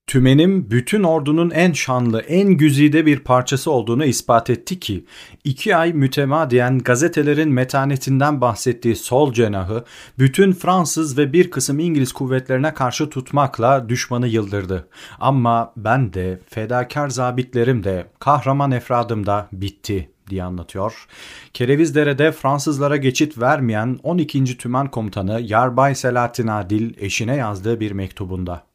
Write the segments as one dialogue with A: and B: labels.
A: Tümenim bütün ordunun en şanlı, en güzide bir parçası olduğunu ispat etti ki 2 ay mütemadiyen gazetelerin metanetinden bahsettiği sol cenahı bütün Fransız ve bir kısım İngiliz kuvvetlerine karşı tutmakla düşmanı yıldırdı. Ama ben de, fedakar zabitlerim de, kahraman efradım da bitti diye anlatıyor. Kerevizdere'de Fransızlara geçit vermeyen 12. Tümen Komutanı Yarbay Selahattin Adil eşine yazdığı bir mektubunda.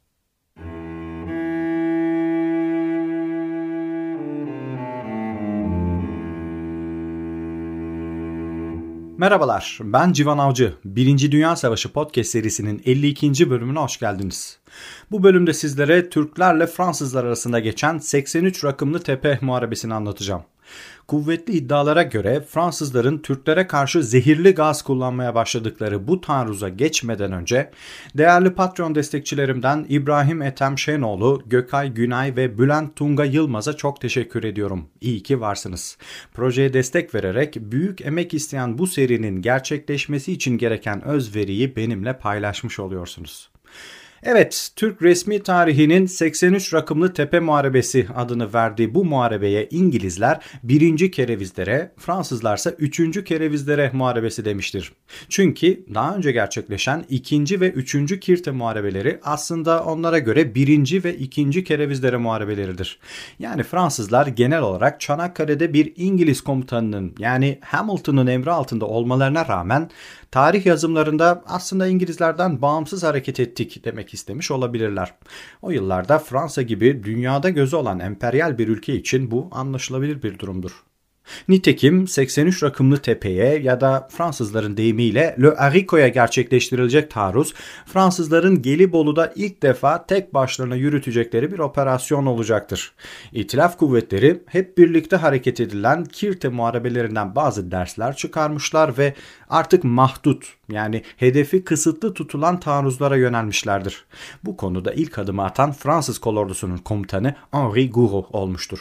A: Merhabalar, ben Civan Avcı. 1. Dünya Savaşı podcast serisinin 52. bölümüne hoş geldiniz. Bu bölümde sizlere Türklerle Fransızlar arasında geçen 83 rakımlı tepe muharebesini anlatacağım. Kuvvetli iddialara göre Fransızların Türklere karşı zehirli gaz kullanmaya başladıkları bu taarruza geçmeden önce değerli Patreon destekçilerimden İbrahim Ethem Şenoğlu, Gökay Günay ve Bülent Tunga Yılmaz'a çok teşekkür ediyorum. İyi ki varsınız. Projeye destek vererek büyük emek isteyen bu serinin gerçekleşmesi için gereken özveriyi benimle paylaşmış oluyorsunuz. Evet, Türk resmi tarihinin 83 rakımlı tepe muharebesi adını verdiği bu muharebeye İngilizler 1. Kerevizdere, Fransızlarsa 3. Kerevizdere muharebesi demiştir. Çünkü daha önce gerçekleşen 2. ve 3. Kirte muharebeleri aslında onlara göre 1. ve 2. Kerevizdere muharebeleridir. Yani Fransızlar genel olarak Çanakkale'de bir İngiliz komutanının yani Hamilton'ın emri altında olmalarına rağmen tarih yazımlarında aslında İngilizlerden bağımsız hareket ettik demek istemiş olabilirler. O yıllarda Fransa gibi dünyada gözü olan emperyal bir ülke için bu anlaşılabilir bir durumdur. Nitekim 83 rakımlı tepeye ya da Fransızların deyimiyle Le Haricot'a gerçekleştirilecek taarruz, Fransızların Gelibolu'da ilk defa tek başlarına yürütecekleri bir operasyon olacaktır. İtilaf kuvvetleri hep birlikte hareket edilen Kirte muharebelerinden bazı dersler çıkarmışlar ve artık mahdut yani hedefi kısıtlı tutulan taarruzlara yönelmişlerdir. Bu konuda ilk adımı atan Fransız kolordusunun komutanı Henri Gouraud olmuştur.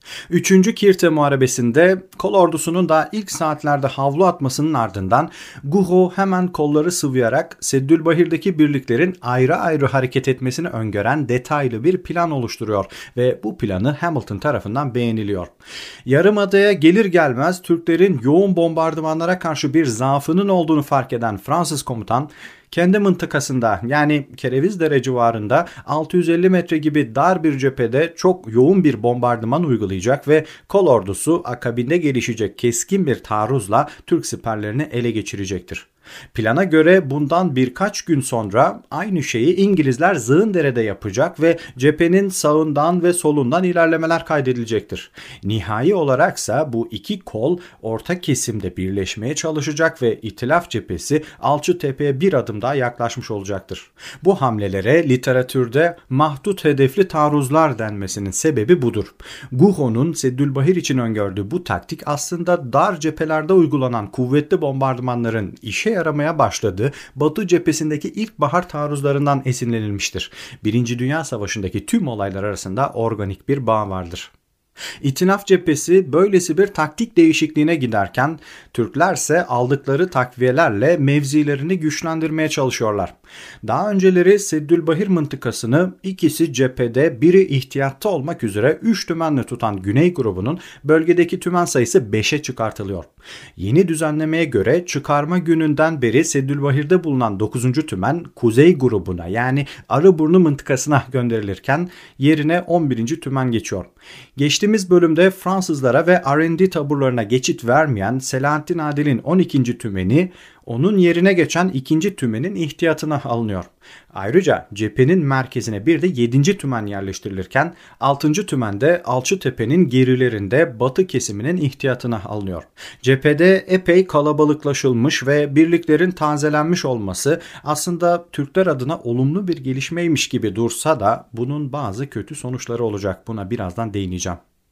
A: 3. Kirte Muharebesi'nde kol ordusunun daha ilk saatlerde havlu atmasının ardından Gouraud hemen kolları sıvayarak Seddülbahir'deki birliklerin ayrı ayrı hareket etmesini öngören detaylı bir plan oluşturuyor ve bu planı Hamilton tarafından beğeniliyor. Yarımada'ya gelir gelmez Türklerin yoğun bombardımanlara karşı bir zaafının olduğunu fark eden Fransız komutan kendi mıntıkasında yani Kerevizdere civarında 650 metre gibi dar bir cephede çok yoğun bir bombardıman uygulayacak ve kol ordusu akabinde gelişecek keskin bir taarruzla Türk siperlerini ele geçirecektir. Plana göre bundan birkaç gün sonra aynı şeyi İngilizler Zığındere'de yapacak ve cephenin sağından ve solundan ilerlemeler kaydedilecektir. Nihai olaraksa bu iki kol orta kesimde birleşmeye çalışacak ve İtilaf cephesi Alçıtepe'ye bir adım daha yaklaşmış olacaktır. Bu hamlelere literatürde mahdut hedefli taarruzlar denmesinin sebebi budur. Gouraud'un Seddülbahir için öngördüğü bu taktik aslında dar cephelerde uygulanan kuvvetli bombardımanların işe yaramaya başladığı Batı cephesindeki ilkbahar taarruzlarından esinlenilmiştir. 1. Dünya Savaşı'ndaki tüm olaylar arasında organik bir bağ vardır. İtilaf cephesi böylesi bir taktik değişikliğine giderken Türklerse aldıkları takviyelerle mevzilerini güçlendirmeye çalışıyorlar. Daha önceleri Seddülbahir mıntıkasını ikisi cephede biri ihtiyatta olmak üzere 3 tümenle tutan Güney grubunun bölgedeki tümen sayısı 5'e çıkartılıyor. Yeni düzenlemeye göre çıkarma gününden beri Seddülbahir'de bulunan 9. tümen Kuzey grubuna yani Arıburnu mıntıkasına gönderilirken yerine 11. tümen geçiyor. Geçtiğimiz bölümde Fransızlara ve R&D taburlarına geçit vermeyen Selahattin Adil'in 12. tümeni onun yerine geçen 2. tümenin ihtiyatına alınıyor. Ayrıca cephenin merkezine bir de 7. tümen yerleştirilirken 6. tümende Alçıtepe'nin gerilerinde batı kesiminin ihtiyatına alınıyor. Cephede epey kalabalıklaşılmış ve birliklerin tazelenmiş olması aslında Türkler adına olumlu bir gelişmeymiş gibi dursa da bunun bazı kötü sonuçları olacak. Buna birazdan değineceğim.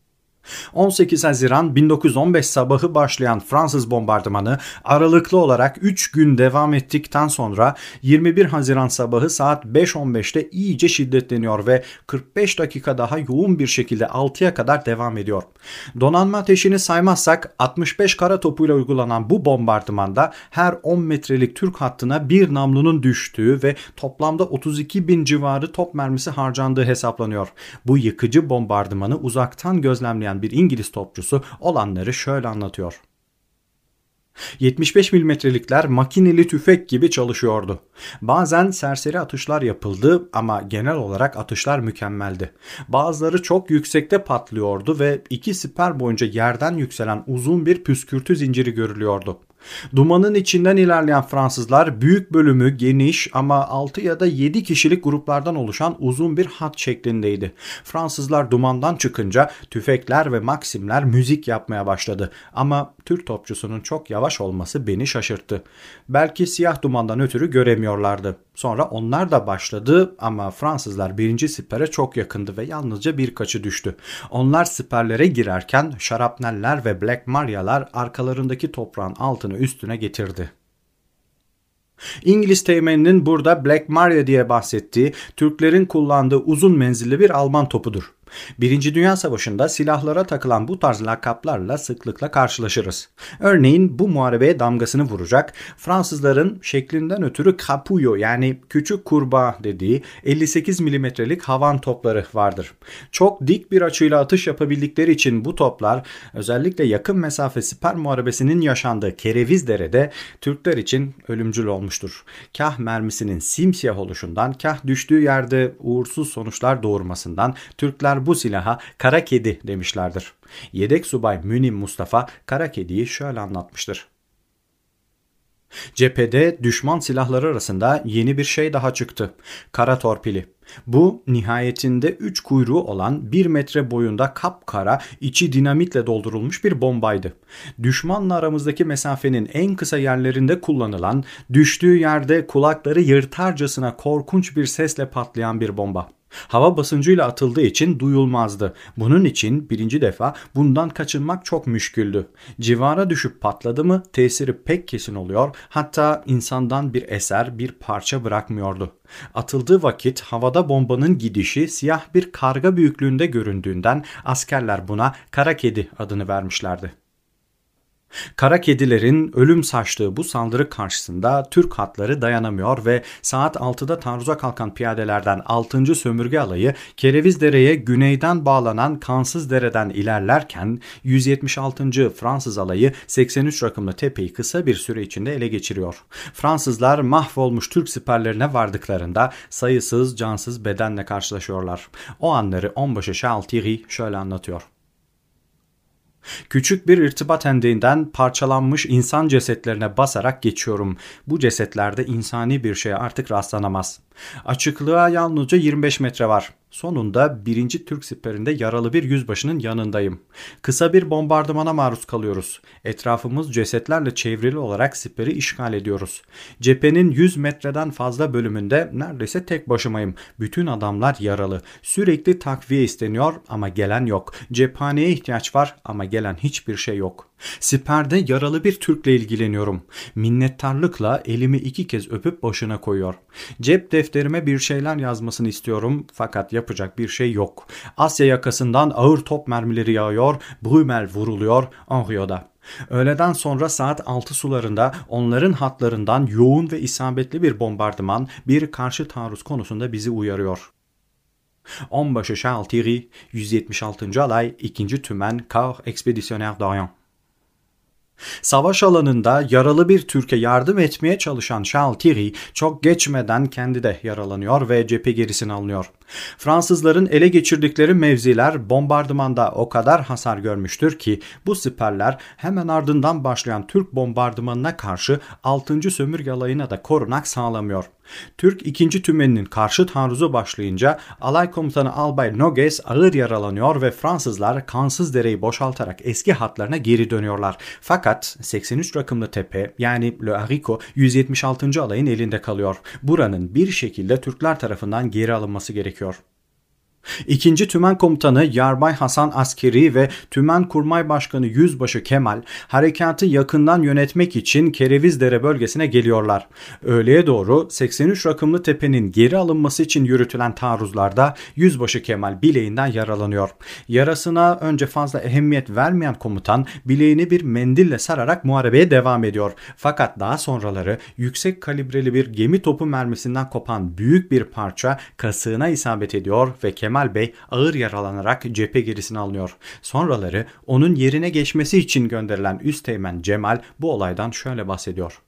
A: 18 Haziran 1915 sabahı başlayan Fransız bombardımanı aralıklı olarak 3 gün devam ettikten sonra 21 Haziran sabahı saat 5.15'te iyice şiddetleniyor ve 45 dakika daha yoğun bir şekilde 6'ya kadar devam ediyor. Donanma ateşini saymazsak 65 kara topuyla uygulanan bu bombardımanda her 10 metrelik Türk hattına bir namlunun düştüğü ve toplamda 32 bin civarı top mermisi harcandığı hesaplanıyor. Bu yıkıcı bombardımanı uzaktan gözlemleyen bir İngiliz topçusu olanları şöyle anlatıyor. 75 milimetrelikler makineli tüfek gibi çalışıyordu. Bazen serseri atışlar yapıldı ama genel olarak atışlar mükemmeldi. Bazıları çok yüksekte patlıyordu ve 2 siper boyunca yerden yükselen uzun bir püskürtü zinciri görülüyordu. Dumanın içinden ilerleyen Fransızlar büyük bölümü geniş ama 6 ya da 7 kişilik gruplardan oluşan uzun bir hat şeklindeydi. Fransızlar dumandan çıkınca tüfekler ve maksimler müzik yapmaya başladı ama Türk topçusunun çok yavaş olması beni şaşırttı. Belki siyah dumandan ötürü göremiyorlardı. Sonra onlar da başladı ama Fransızlar birinci sipere çok yakındı ve yalnızca birkaçı düştü. Onlar siperlere girerken şarapneller ve Black Maria'lar arkalarındaki toprağın altını üstüne getirdi. İngiliz teğmeninin burada Black Maria diye bahsettiği Türklerin kullandığı uzun menzilli bir Alman topudur. Birinci Dünya Savaşı'nda silahlara takılan bu tarz lakaplarla sıklıkla karşılaşırız. Örneğin bu muharebeye damgasını vuracak Fransızların şeklinden ötürü Capullo yani küçük kurbağa dediği 58 milimetrelik havan topları vardır. Çok dik bir açıyla atış yapabildikleri için bu toplar özellikle yakın mesafe siper muharebesinin yaşandığı Kerevizdere'de Türkler için ölümcül olmuştur. Kah mermisinin simsiyah oluşundan kah düştüğü yerde uğursuz sonuçlar doğurmasından Türkler bu silaha kara kedi demişlerdir. Yedek subay Münim Mustafa kara kediyi şöyle anlatmıştır. Cephede düşman silahları arasında yeni bir şey daha çıktı. Kara torpili. Bu nihayetinde 3 kuyruğu olan 1 metre boyunda kapkara, içi dinamitle doldurulmuş bir bombaydı. Düşmanla aramızdaki mesafenin en kısa yerlerinde kullanılan, düştüğü yerde kulakları yırtarcasına korkunç bir sesle patlayan bir bomba. Hava basıncıyla atıldığı için duyulmazdı. Bunun için birinci defa bundan kaçınmak çok müşküldü. Civara düşüp patladı mı tesiri pek kesin oluyor, hatta insandan bir eser, bir parça bırakmıyordu. Atıldığı vakit havada bombanın gidişi siyah bir karga büyüklüğünde göründüğünden askerler buna kara kedi adını vermişlerdi. Kara kedilerin ölüm saçtığı bu saldırı karşısında Türk hatları dayanamıyor ve saat 6'da taarruza kalkan piyadelerden 6. Sömürge Alayı Kerevizdere'ye güneyden bağlanan Kansızdere'den ilerlerken 176. Fransız Alayı 83 rakımlı tepeyi kısa bir süre içinde ele geçiriyor. Fransızlar mahvolmuş Türk siperlerine vardıklarında sayısız cansız bedenle karşılaşıyorlar. O anları onbaşı Charles Thierry şöyle anlatıyor. Küçük bir irtibat hendeğinden parçalanmış insan cesetlerine basarak geçiyorum. Bu cesetlerde insani bir şeye artık rastlanamaz. Açıklığa yalnızca 25 metre var. Sonunda 1. Türk siperinde yaralı bir yüzbaşının yanındayım. Kısa bir bombardımana maruz kalıyoruz. Etrafımız cesetlerle çevrili olarak siperi işgal ediyoruz. Cephenin 100 metreden fazla bölümünde neredeyse tek başımayım. Bütün adamlar yaralı. Sürekli takviye isteniyor ama gelen yok. Cephaneye ihtiyaç var ama gelen hiçbir şey yok. Siperde yaralı bir Türk'le ilgileniyorum. Minnettarlıkla elimi 2 kez öpüp başına koyuyor. Cep defterime bir şeyler yazmasını istiyorum fakat yapacak bir şey yok. Asya yakasından ağır top mermileri yağıyor, Brümel vuruluyor, Henriot'da. Öğleden sonra saat 6 sularında onların hatlarından yoğun ve isabetli bir bombardıman bir karşı taarruz konusunda bizi uyarıyor. Onbaşı Charles Thierry, 176. Alay, 2. Tümen, Corps Expéditionnaire d'Orient. Savaş alanında yaralı bir Türk'e yardım etmeye çalışan Charles Thierry çok geçmeden kendi de yaralanıyor ve cephe gerisine alınıyor. Fransızların ele geçirdikleri mevziler bombardımanda o kadar hasar görmüştür ki bu siperler hemen ardından başlayan Türk bombardımanına karşı 6. Sömürge Alayı'na da korunak sağlamıyor. Türk 2. Tümeninin karşı taarruzu başlayınca alay komutanı Albay Nogues ağır yaralanıyor ve Fransızlar Kansızdere'yi boşaltarak eski hatlarına geri dönüyorlar. Fakat 83 rakımlı tepe yani Le Haricot 176. Alayın elinde kalıyor. Buranın bir şekilde Türkler tarafından geri alınması gerekiyor. İkinci Tümen Komutanı Yarbay Hasan Askeri ve Tümen Kurmay Başkanı Yüzbaşı Kemal harekatı yakından yönetmek için Kerevizdere bölgesine geliyorlar. Öğleye doğru 83 rakımlı tepenin geri alınması için yürütülen taarruzlarda Yüzbaşı Kemal bileğinden yaralanıyor. Yarasına önce fazla ehemmiyet vermeyen komutan bileğini bir mendille sararak muharebeye devam ediyor. Fakat daha sonraları yüksek kalibreli bir gemi topu mermisinden kopan büyük bir parça kasığına isabet ediyor ve Kemal Bey ağır yaralanarak cephe gerisine alınıyor. Sonraları onun yerine geçmesi için gönderilen Üsteğmen Cemal bu olaydan şöyle bahsediyor.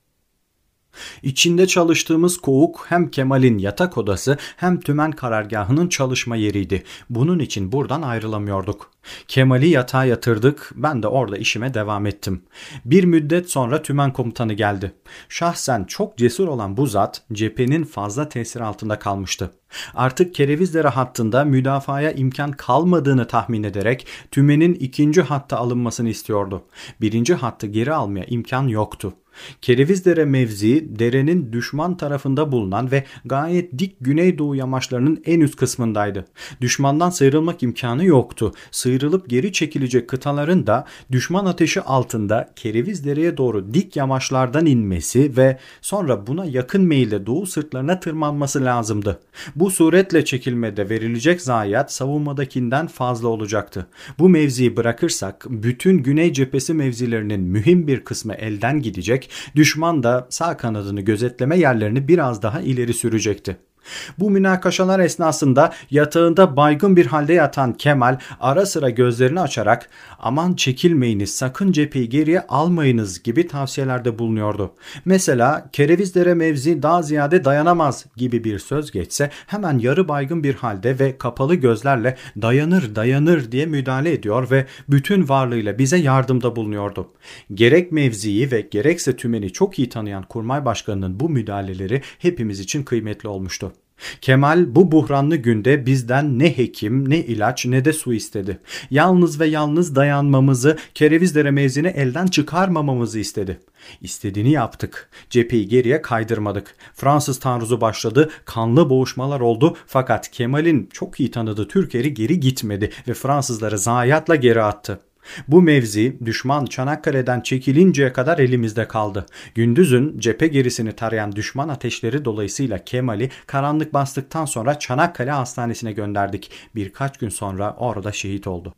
A: İçinde çalıştığımız koğuk hem Kemal'in yatak odası hem Tümen karargahının çalışma yeriydi. Bunun için buradan ayrılamıyorduk. Kemal'i yatağa yatırdık, ben de orada işime devam ettim. Bir müddet sonra Tümen komutanı geldi. Şahsen çok cesur olan bu zat cephenin fazla tesiri altında kalmıştı. Artık Kerevizdere hattında müdafaya imkan kalmadığını tahmin ederek Tümen'in ikinci hatta alınmasını istiyordu. Birinci hattı geri almaya imkan yoktu. Kerevizdere mevzi derenin düşman tarafında bulunan ve gayet dik güneydoğu yamaçlarının en üst kısmındaydı. Düşmandan sıyrılmak imkanı yoktu. Sıyrılıp geri çekilecek kıtaların da düşman ateşi altında Kerevizdere'ye doğru dik yamaçlardan inmesi ve sonra buna yakın meyilde doğu sırtlarına tırmanması lazımdı. Bu suretle çekilmede verilecek zayiat savunmadakinden fazla olacaktı. Bu mevziyi bırakırsak bütün güney cephesi mevzilerinin mühim bir kısmı elden gidecek, düşman da sağ kanadını gözetleme yerlerini biraz daha ileri sürecekti. Bu münakaşalar esnasında yatağında baygın bir halde yatan Kemal ara sıra gözlerini açarak "Aman çekilmeyiniz, sakın cepheyi geriye almayınız" gibi tavsiyelerde bulunuyordu. Mesela Kerevizdere mevzi daha ziyade dayanamaz gibi bir söz geçse hemen yarı baygın bir halde ve kapalı gözlerle "dayanır dayanır" diye müdahale ediyor ve bütün varlığıyla bize yardımda bulunuyordu. Gerek mevziyi ve gerekse Tümen'i çok iyi tanıyan Kurmay Başkanı'nın bu müdahaleleri hepimiz için kıymetli olmuştu. Kemal bu buhranlı günde bizden ne hekim, ne ilaç, ne de su istedi. Yalnız ve yalnız dayanmamızı, Kerevizdere mevzini elden çıkarmamamızı istedi. İstediğini yaptık. Cepheyi geriye kaydırmadık. Fransız taarruzu başladı, kanlı boğuşmalar oldu fakat Kemal'in çok iyi tanıdığı Türkeri geri gitmedi ve Fransızları zayiatla geri attı. Bu mevzi düşman Çanakkale'den çekilinceye kadar elimizde kaldı. Gündüzün cephe gerisini tarayan düşman ateşleri dolayısıyla Kemal'i karanlık bastıktan sonra Çanakkale Hastanesi'ne gönderdik. Birkaç gün sonra orada şehit oldu.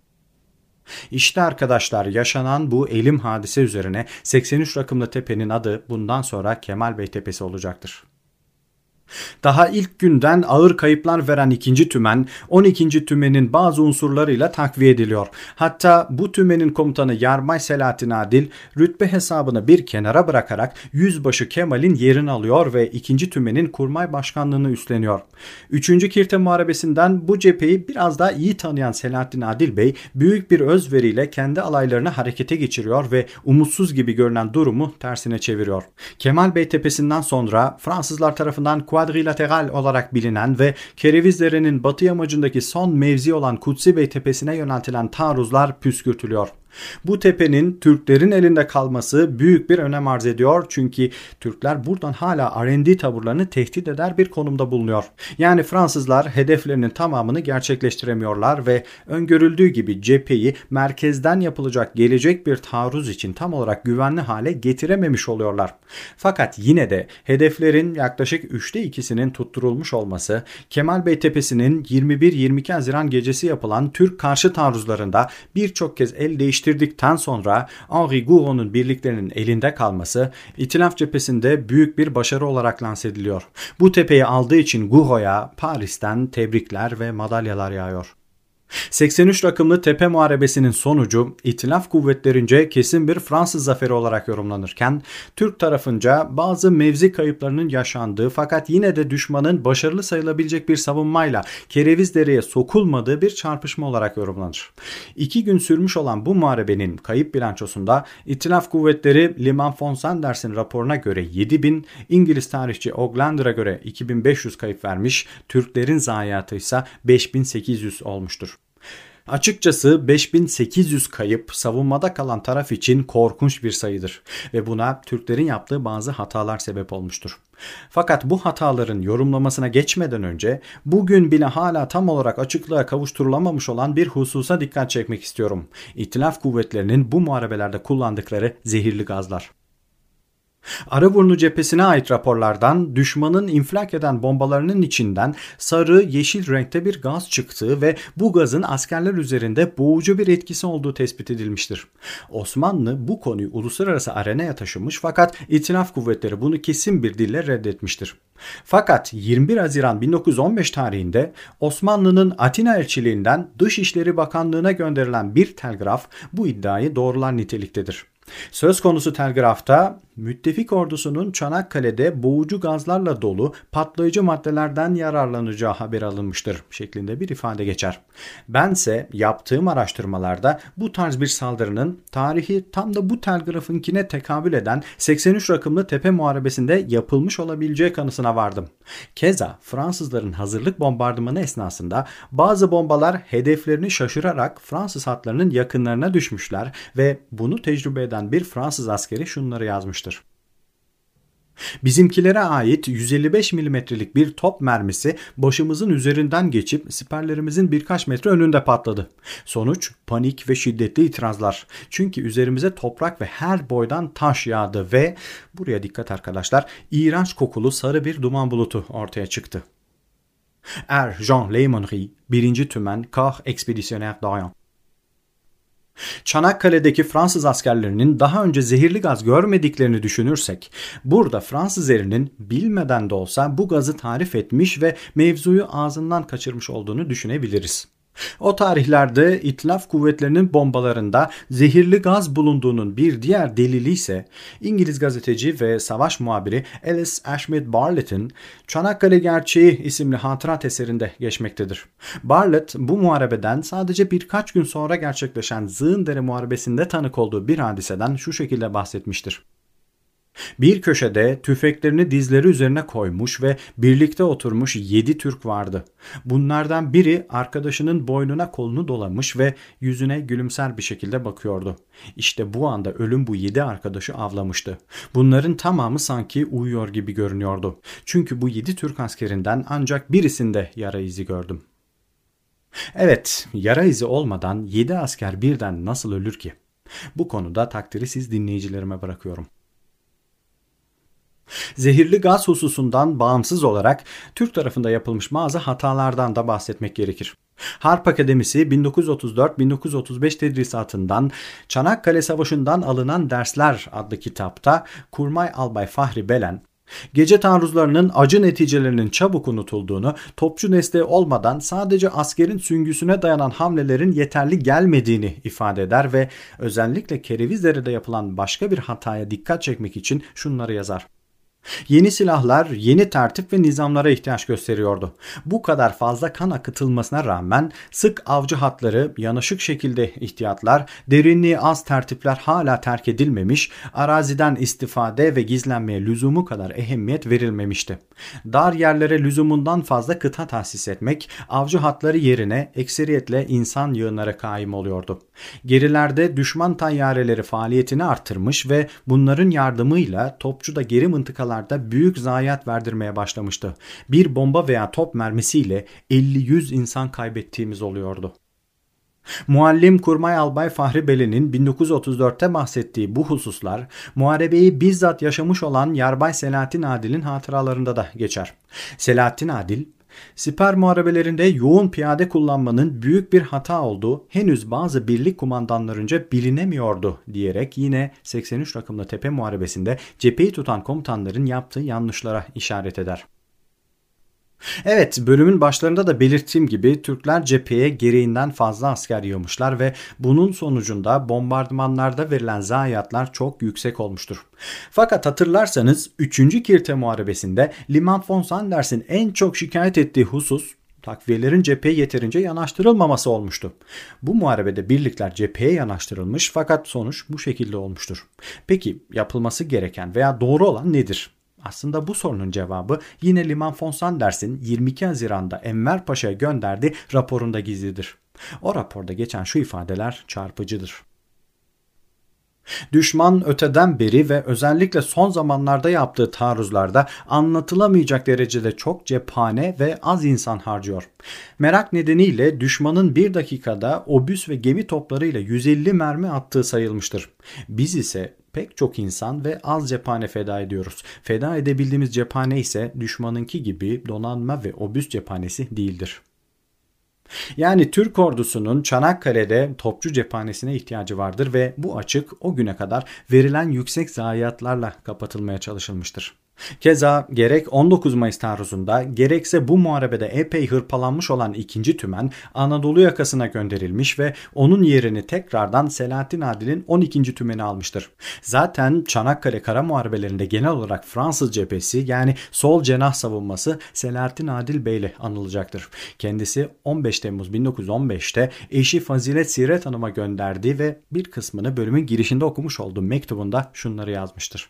A: İşte arkadaşlar, yaşanan bu elim hadise üzerine 83 rakımlı tepenin adı bundan sonra Kemal Bey Tepesi olacaktır. Daha ilk günden ağır kayıplar veren 2. Tümen, 12. Tümen'in bazı unsurlarıyla takviye ediliyor. Hatta bu tümenin komutanı Yarbay Selahattin Adil rütbe hesabını bir kenara bırakarak Yüzbaşı Kemal'in yerini alıyor ve 2. Tümen'in kurmay başkanlığını üstleniyor. 3. Kirte Muharebesi'nden bu cepheyi biraz daha iyi tanıyan Selahattin Adil Bey büyük bir özveriyle kendi alaylarını harekete geçiriyor ve umutsuz gibi görünen durumu tersine çeviriyor. Kemal Bey Tepesi'nden sonra Fransızlar tarafından Quadrilateral olarak bilinen ve Kerevizdere'nin batı yamacındaki son mevzi olan Kutsi Bey Tepesi'ne yöneltilen taarruzlar püskürtülüyor. Bu tepenin Türklerin elinde kalması büyük bir önem arz ediyor çünkü Türkler buradan hala R&D taburlarını tehdit eder bir konumda bulunuyor. Yani Fransızlar hedeflerinin tamamını gerçekleştiremiyorlar ve öngörüldüğü gibi cepheyi merkezden yapılacak gelecek bir taarruz için tam olarak güvenli hale getirememiş oluyorlar. Fakat yine de hedeflerin yaklaşık 3'te 2'sinin tutturulmuş olması, Kemal Bey Tepesi'nin 21-22 Haziran gecesi yapılan Türk karşı taarruzlarında birçok kez el değiştirdikten sonra Henri Gouraud'un birliklerinin elinde kalması İtilaf cephesinde büyük bir başarı olarak lanse ediliyor. Bu tepeyi aldığı için Gouraud'a Paris'ten tebrikler ve madalyalar yağıyor. 83 rakımlı tepe muharebesinin sonucu İtilaf kuvvetlerince kesin bir Fransız zaferi olarak yorumlanırken Türk tarafınca bazı mevzi kayıplarının yaşandığı fakat yine de düşmanın başarılı sayılabilecek bir savunmayla Kerevizdere'ye sokulmadığı bir çarpışma olarak yorumlanır. 2 gün sürmüş olan bu muharebenin kayıp bilançosunda İtilaf kuvvetleri Liman von Sanders'in raporuna göre 7.000, İngiliz tarihçi Oglander'a göre 2.500 kayıp vermiş, Türklerin zayiatı ise 5.800 olmuştur. Açıkçası 5800 kayıp savunmada kalan taraf için korkunç bir sayıdır ve buna Türklerin yaptığı bazı hatalar sebep olmuştur. Fakat bu hataların yorumlamasına geçmeden önce bugün bile hala tam olarak açıklığa kavuşturulamamış olan bir hususa dikkat çekmek istiyorum. İtilaf kuvvetlerinin bu muharebelerde kullandıkları zehirli gazlar. Arıburnu cephesine ait raporlardan düşmanın infilak eden bombalarının içinden sarı yeşil renkte bir gaz çıktığı ve bu gazın askerler üzerinde boğucu bir etkisi olduğu tespit edilmiştir. Osmanlı bu konuyu uluslararası arenaya taşımış fakat İtilaf kuvvetleri bunu kesin bir dille reddetmiştir. Fakat 21 Haziran 1915 tarihinde Osmanlı'nın Atina elçiliğinden Dışişleri Bakanlığı'na gönderilen bir telgraf bu iddiayı doğrular niteliktedir. Söz konusu telgrafta müttefik ordusunun Çanakkale'de boğucu gazlarla dolu patlayıcı maddelerden yararlanacağı haber alınmıştır şeklinde bir ifade geçer. Bense yaptığım araştırmalarda bu tarz bir saldırının tarihi tam da bu telgrafınkine tekabül eden 83 rakımlı tepe muharebesinde yapılmış olabileceği kanısına vardım. Keza Fransızların hazırlık bombardımanı esnasında bazı bombalar hedeflerini şaşırarak Fransız hatlarının yakınlarına düşmüşler ve bunu tecrübe eden bir Fransız askeri şunları yazmıştır. Bizimkilere ait 155 milimetrelik bir top mermisi başımızın üzerinden geçip siperlerimizin birkaç metre önünde patladı. Sonuç panik ve şiddetli itirazlar. Çünkü üzerimize toprak ve her boydan taş yağdı ve buraya dikkat arkadaşlar, iğrenç kokulu sarı bir duman bulutu ortaya çıktı. Jean Lemonry, 1. Tümen Corps Expeditionnaire d'Orient. Çanakkale'deki Fransız askerlerinin daha önce zehirli gaz görmediklerini düşünürsek, burada Fransız erinin bilmeden de olsa bu gazı tarif etmiş ve mevzuyu ağzından kaçırmış olduğunu düşünebiliriz. O tarihlerde İtilaf kuvvetlerinin bombalarında zehirli gaz bulunduğunun bir diğer delili ise İngiliz gazeteci ve savaş muhabiri Alice Ashmead Bartlett'in Çanakkale Gerçeği isimli hatırat eserinde geçmektedir. Bartlett bu muharebeden sadece birkaç gün sonra gerçekleşen Zığındere Muharebesi'nde tanık olduğu bir hadiseden şu şekilde bahsetmiştir. Bir köşede tüfeklerini dizleri üzerine koymuş ve birlikte oturmuş 7 Türk vardı. Bunlardan biri arkadaşının boynuna kolunu dolamış ve yüzüne gülümser bir şekilde bakıyordu. İşte bu anda ölüm bu 7 arkadaşı avlamıştı. Bunların tamamı sanki uyuyor gibi görünüyordu. Çünkü bu 7 Türk askerinden ancak birisinde yara izi gördüm. Evet, yara izi olmadan 7 asker birden nasıl ölür ki? Bu konuda takdiri siz dinleyicilerime bırakıyorum. Zehirli gaz hususundan bağımsız olarak Türk tarafında yapılmış bazı hatalardan da bahsetmek gerekir. Harp Akademisi 1934-1935 tedrisatından Çanakkale Savaşı'ndan alınan dersler adlı kitapta Kurmay Albay Fahri Belen, gece taarruzlarının acı neticelerinin çabuk unutulduğunu, topçu desteği olmadan sadece askerin süngüsüne dayanan hamlelerin yeterli gelmediğini ifade eder ve özellikle Kerevizdere'de yapılan başka bir hataya dikkat çekmek için şunları yazar. Yeni silahlar, yeni tertip ve nizamlara ihtiyaç gösteriyordu. Bu kadar fazla kan akıtılmasına rağmen sık avcı hatları, yanaşık şekilde ihtiyatlar, derinliği az tertipler hala terk edilmemiş, araziden istifade ve gizlenmeye lüzumu kadar ehemmiyet verilmemişti. Dar yerlere lüzumundan fazla kıta tahsis etmek, avcı hatları yerine ekseriyetle insan yığınlara kaim oluyordu. Gerilerde düşman tayyareleri faaliyetini artırmış ve bunların yardımıyla topçu da geri mıntıkalar büyük zayiat verdirmeye başlamıştı. Bir bomba veya top mermisiyle 50-100 insan kaybettiğimiz oluyordu. Muallim Kurmay Albay Fahri Belen'in 1934'te bahsettiği bu hususlar muharebeyi bizzat yaşamış olan Yarbay Selahattin Adil'in hatıralarında da geçer. Selahattin Adil, siper muharebelerinde yoğun piyade kullanmanın büyük bir hata olduğu henüz bazı birlik kumandanlarınca bilinemiyordu diyerek yine 83 rakımlı tepe muharebesinde cepheyi tutan komutanların yaptığı yanlışlara işaret eder. Evet, bölümün başlarında da belirttiğim gibi Türkler cepheye gereğinden fazla asker yığmışlar ve bunun sonucunda bombardımanlarda verilen zayiatlar çok yüksek olmuştur. Fakat hatırlarsanız 3. Kirte Muharebesi'nde Liman von Sanders'in en çok şikayet ettiği husus takviyelerin cepheye yeterince yanaştırılmaması olmuştu. Bu muharebede birlikler cepheye yanaştırılmış fakat sonuç bu şekilde olmuştur. Peki yapılması gereken veya doğru olan nedir? Aslında bu sorunun cevabı yine Liman von Sanders'in 22 Haziran'da Enver Paşa'ya gönderdiği raporunda gizlidir. O raporda geçen şu ifadeler çarpıcıdır. Düşman öteden beri ve özellikle son zamanlarda yaptığı taarruzlarda anlatılamayacak derecede çok cephane ve az insan harcıyor. Merak nedeniyle düşmanın bir dakikada obüs ve gemi toplarıyla 150 mermi attığı sayılmıştır. Biz ise pek çok insan ve az cephane feda ediyoruz. Feda edebildiğimiz cephane ise düşmanınki gibi donanma ve obüs cephanesi değildir. Yani Türk ordusunun Çanakkale'de topçu cephanesine ihtiyacı vardır ve bu açık o güne kadar verilen yüksek zayiatlarla kapatılmaya çalışılmıştır. Keza gerek 19 Mayıs taarruzunda gerekse bu muharebede epey hırpalanmış olan 2. Tümen Anadolu yakasına gönderilmiş ve onun yerini tekrardan Selahattin Adil'in 12. Tümeni almıştır. Zaten Çanakkale Kara Muharebelerinde genel olarak Fransız cephesi yani sol cenah savunması Selahattin Adil Bey ile anılacaktır. Kendisi 15 Temmuz 1915'te eşi Fazilet Siret Hanım'a gönderdiği ve bir kısmını bölümün girişinde okumuş olduğu mektubunda şunları yazmıştır.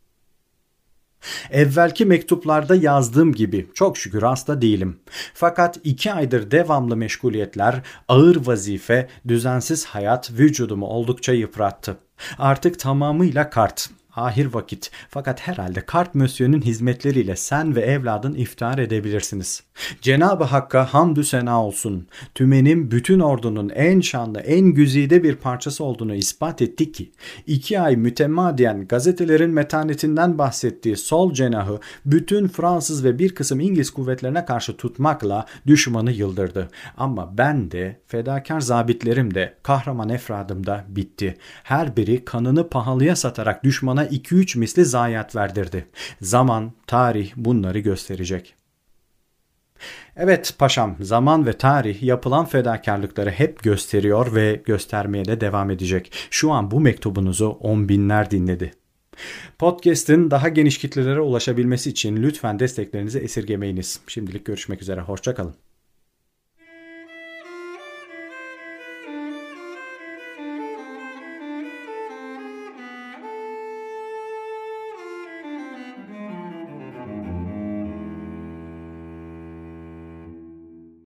A: Evvelki mektuplarda yazdığım gibi çok şükür hasta değilim. Fakat 2 aydır devamlı meşguliyetler, ağır vazife, düzensiz hayat vücudumu oldukça yıprattı. Artık tamamıyla kart. Ahir vakit. Fakat herhalde Kart Mösyö'nün hizmetleriyle sen ve evladın iftihar edebilirsiniz. Cenab-ı Hakk'a hamdü sena olsun. Tümenim bütün ordunun en şanlı, en güzide bir parçası olduğunu ispat etti ki 2 ay mütemadiyen gazetelerin metanetinden bahsettiği sol cenahı bütün Fransız ve bir kısım İngiliz kuvvetlerine karşı tutmakla düşmanı yıldırdı. Ama ben de, fedakar zabitlerim de, kahraman efradım da bitti. Her biri kanını pahalıya satarak düşmana 2-3 misli zayiat verdirdi. Zaman, tarih bunları gösterecek. Evet paşam, zaman ve tarih yapılan fedakarlıkları hep gösteriyor ve göstermeye de devam edecek. Şu an bu mektubunuzu 10 binler dinledi. Podcast'in daha geniş kitlelere ulaşabilmesi için lütfen desteklerinizi esirgemeyiniz. Şimdilik görüşmek üzere, hoşça kalın.